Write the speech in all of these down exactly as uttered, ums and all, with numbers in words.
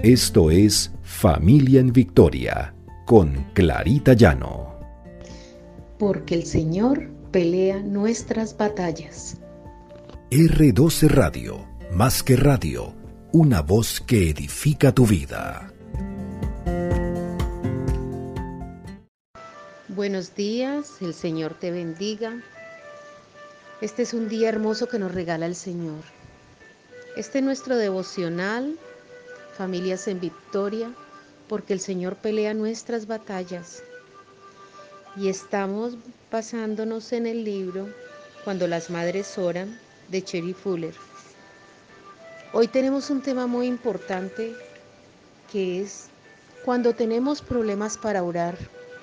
Esto es Familia en Victoria, con Clarita Llano. Porque el Señor pelea nuestras batallas. R doce Radio, más que radio, una voz que edifica tu vida. Buenos días, el Señor te bendiga. Este es un día hermoso que nos regala el Señor. Este es nuestro devocional, Familias en Victoria, porque el Señor pelea nuestras batallas. Y estamos basándonos en el libro Cuando las madres oran, de Cherry Fuller. Hoy tenemos un tema muy importante que es cuando tenemos problemas para orar,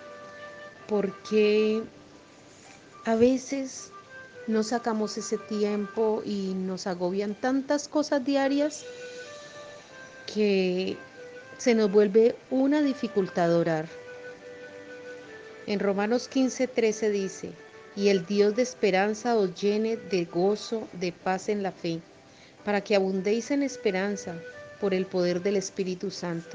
porque a veces no sacamos ese tiempo y nos agobian tantas cosas diarias que se nos vuelve una dificultad orar. En Romanos quince, trece dice: y el Dios de esperanza os llene de gozo, de paz en la fe, para que abundéis en esperanza por el poder del Espíritu Santo.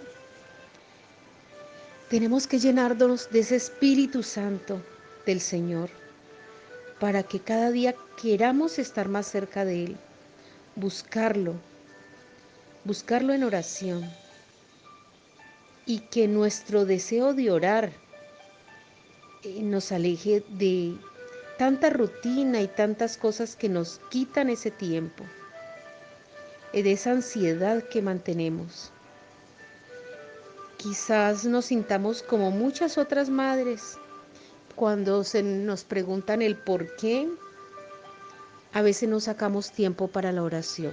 Tenemos que llenarnos de ese Espíritu Santo del Señor, para que cada día queramos estar más cerca de Él, buscarlo, buscarlo en oración, y que nuestro deseo de orar eh, nos aleje de tanta rutina y tantas cosas que nos quitan ese tiempo, eh, de esa ansiedad que mantenemos. Quizás nos sintamos como muchas otras madres cuando se nos preguntan el por qué. A veces no sacamos tiempo para la oración.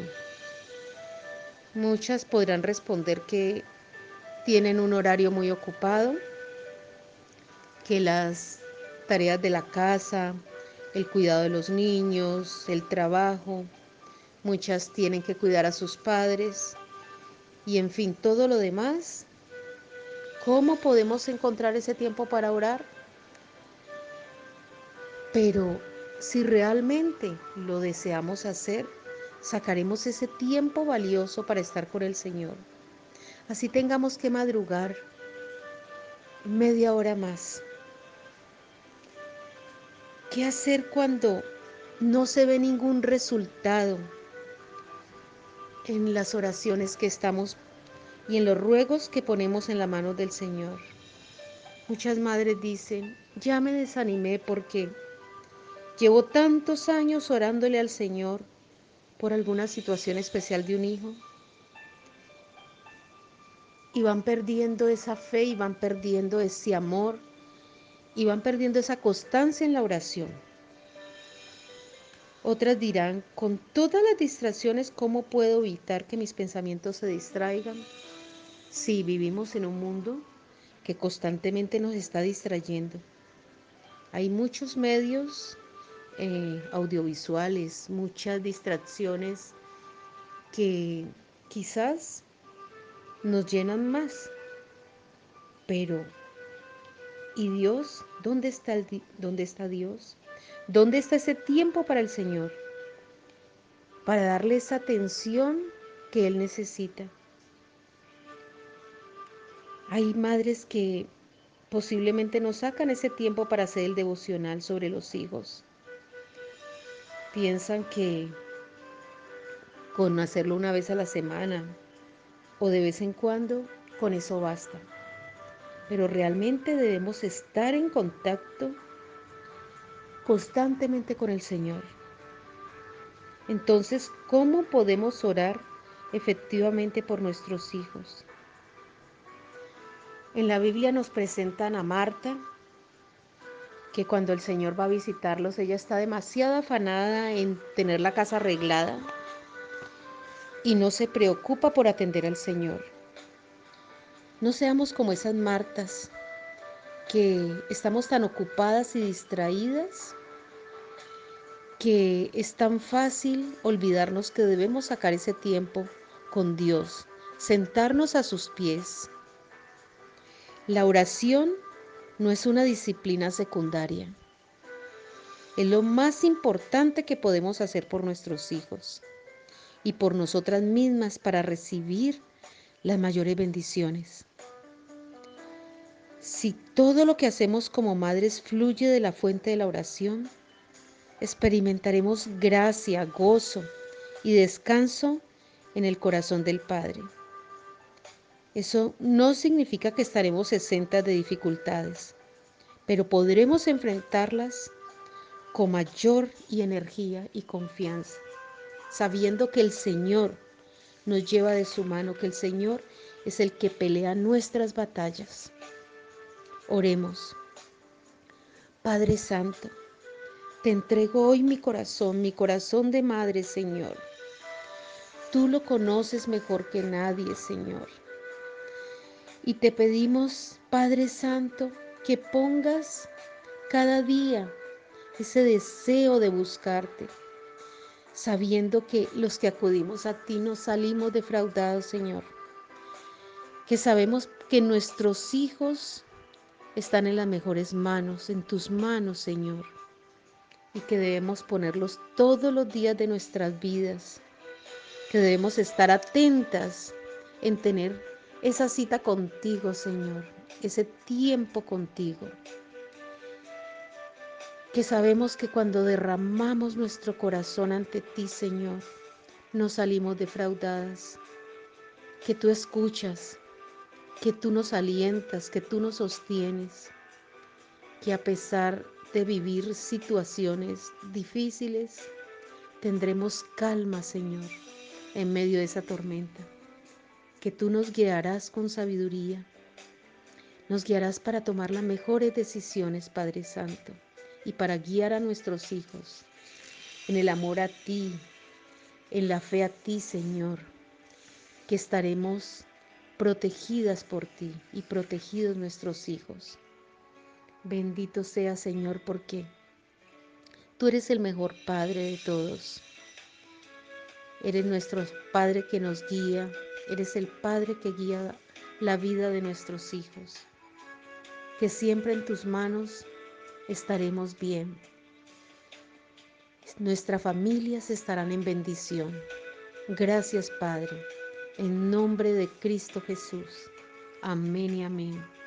Muchas podrán responder que tienen un horario muy ocupado, que las tareas de la casa, el cuidado de los niños, el trabajo, muchas tienen que cuidar a sus padres y en fin, todo lo demás. ¿Cómo podemos encontrar ese tiempo para orar? Pero si realmente lo deseamos hacer, sacaremos ese tiempo valioso para estar con el Señor. Así tengamos que madrugar media hora más. ¿Qué hacer cuando no se ve ningún resultado en las oraciones que estamos y en los ruegos que ponemos en la mano del Señor? Muchas madres dicen: ya me desanimé porque llevo tantos años orándole al Señor por alguna situación especial de un hijo, y van perdiendo esa fe y van perdiendo ese amor y van perdiendo esa constancia en la oración. Otras dirán: con todas las distracciones, ¿cómo puedo evitar que mis pensamientos se distraigan? Sí, vivimos en un mundo que constantemente nos está distrayendo. Hay muchos medios eh, audiovisuales, muchas distracciones que quizás nos llenan más. Pero, ¿y Dios? ¿Dónde está, el, dónde está Dios? ¿Dónde está ese tiempo para el Señor? Para darle esa atención que Él necesita. Hay madres que posiblemente no sacan ese tiempo para hacer el devocional sobre los hijos. Piensan que con hacerlo una vez a la semana o de vez en cuando, con eso basta. Pero realmente debemos estar en contacto constantemente con el Señor. Entonces, ¿cómo podemos orar efectivamente por nuestros hijos? En la Biblia nos presentan a Marta, que cuando el Señor va a visitarlos, ella está demasiado afanada en tener la casa arreglada y no se preocupa por atender al Señor. No seamos como esas Martas, que estamos tan ocupadas y distraídas que es tan fácil olvidarnos que debemos sacar ese tiempo con Dios, sentarnos a sus pies. La oración no es una disciplina secundaria. Es lo más importante que podemos hacer por nuestros hijos y por nosotras mismas para recibir las mayores bendiciones. Si todo lo que hacemos como madres fluye de la fuente de la oración, experimentaremos gracia, gozo y descanso en el corazón del Padre. Eso no significa que estaremos exentas de dificultades, pero podremos enfrentarlas con mayor y energía y confianza, sabiendo que el Señor nos lleva de su mano, que el Señor es el que pelea nuestras batallas. Oremos. Padre Santo, te entrego hoy mi corazón, mi corazón de madre, Señor. Tú lo conoces mejor que nadie, Señor. Y te pedimos, Padre Santo, que pongas cada día ese deseo de buscarte, sabiendo que los que acudimos a ti no salimos defraudados, Señor. Que sabemos que nuestros hijos están en las mejores manos, en tus manos, Señor. Y que debemos ponerlos todos los días de nuestras vidas. Que debemos estar atentas en tener esa cita contigo, Señor. Ese tiempo contigo. Que sabemos que cuando derramamos nuestro corazón ante ti, Señor, no salimos defraudadas. Que tú escuchas, que tú nos alientas, que tú nos sostienes. Que a pesar de vivir situaciones difíciles, tendremos calma, Señor, en medio de esa tormenta. Que tú nos guiarás con sabiduría. Nos guiarás para tomar las mejores decisiones, Padre Santo, y para guiar a nuestros hijos en el amor a ti, en la fe a ti, Señor, que estaremos protegidas por ti y protegidos nuestros hijos. Bendito sea, Señor, porque tú eres el mejor Padre de todos. Eres nuestro Padre que nos guía, eres el Padre que guía la vida de nuestros hijos. Que siempre en tus manos estaremos bien. Nuestras familias estarán en bendición. Gracias, Padre, en nombre de Cristo Jesús. Amén y amén.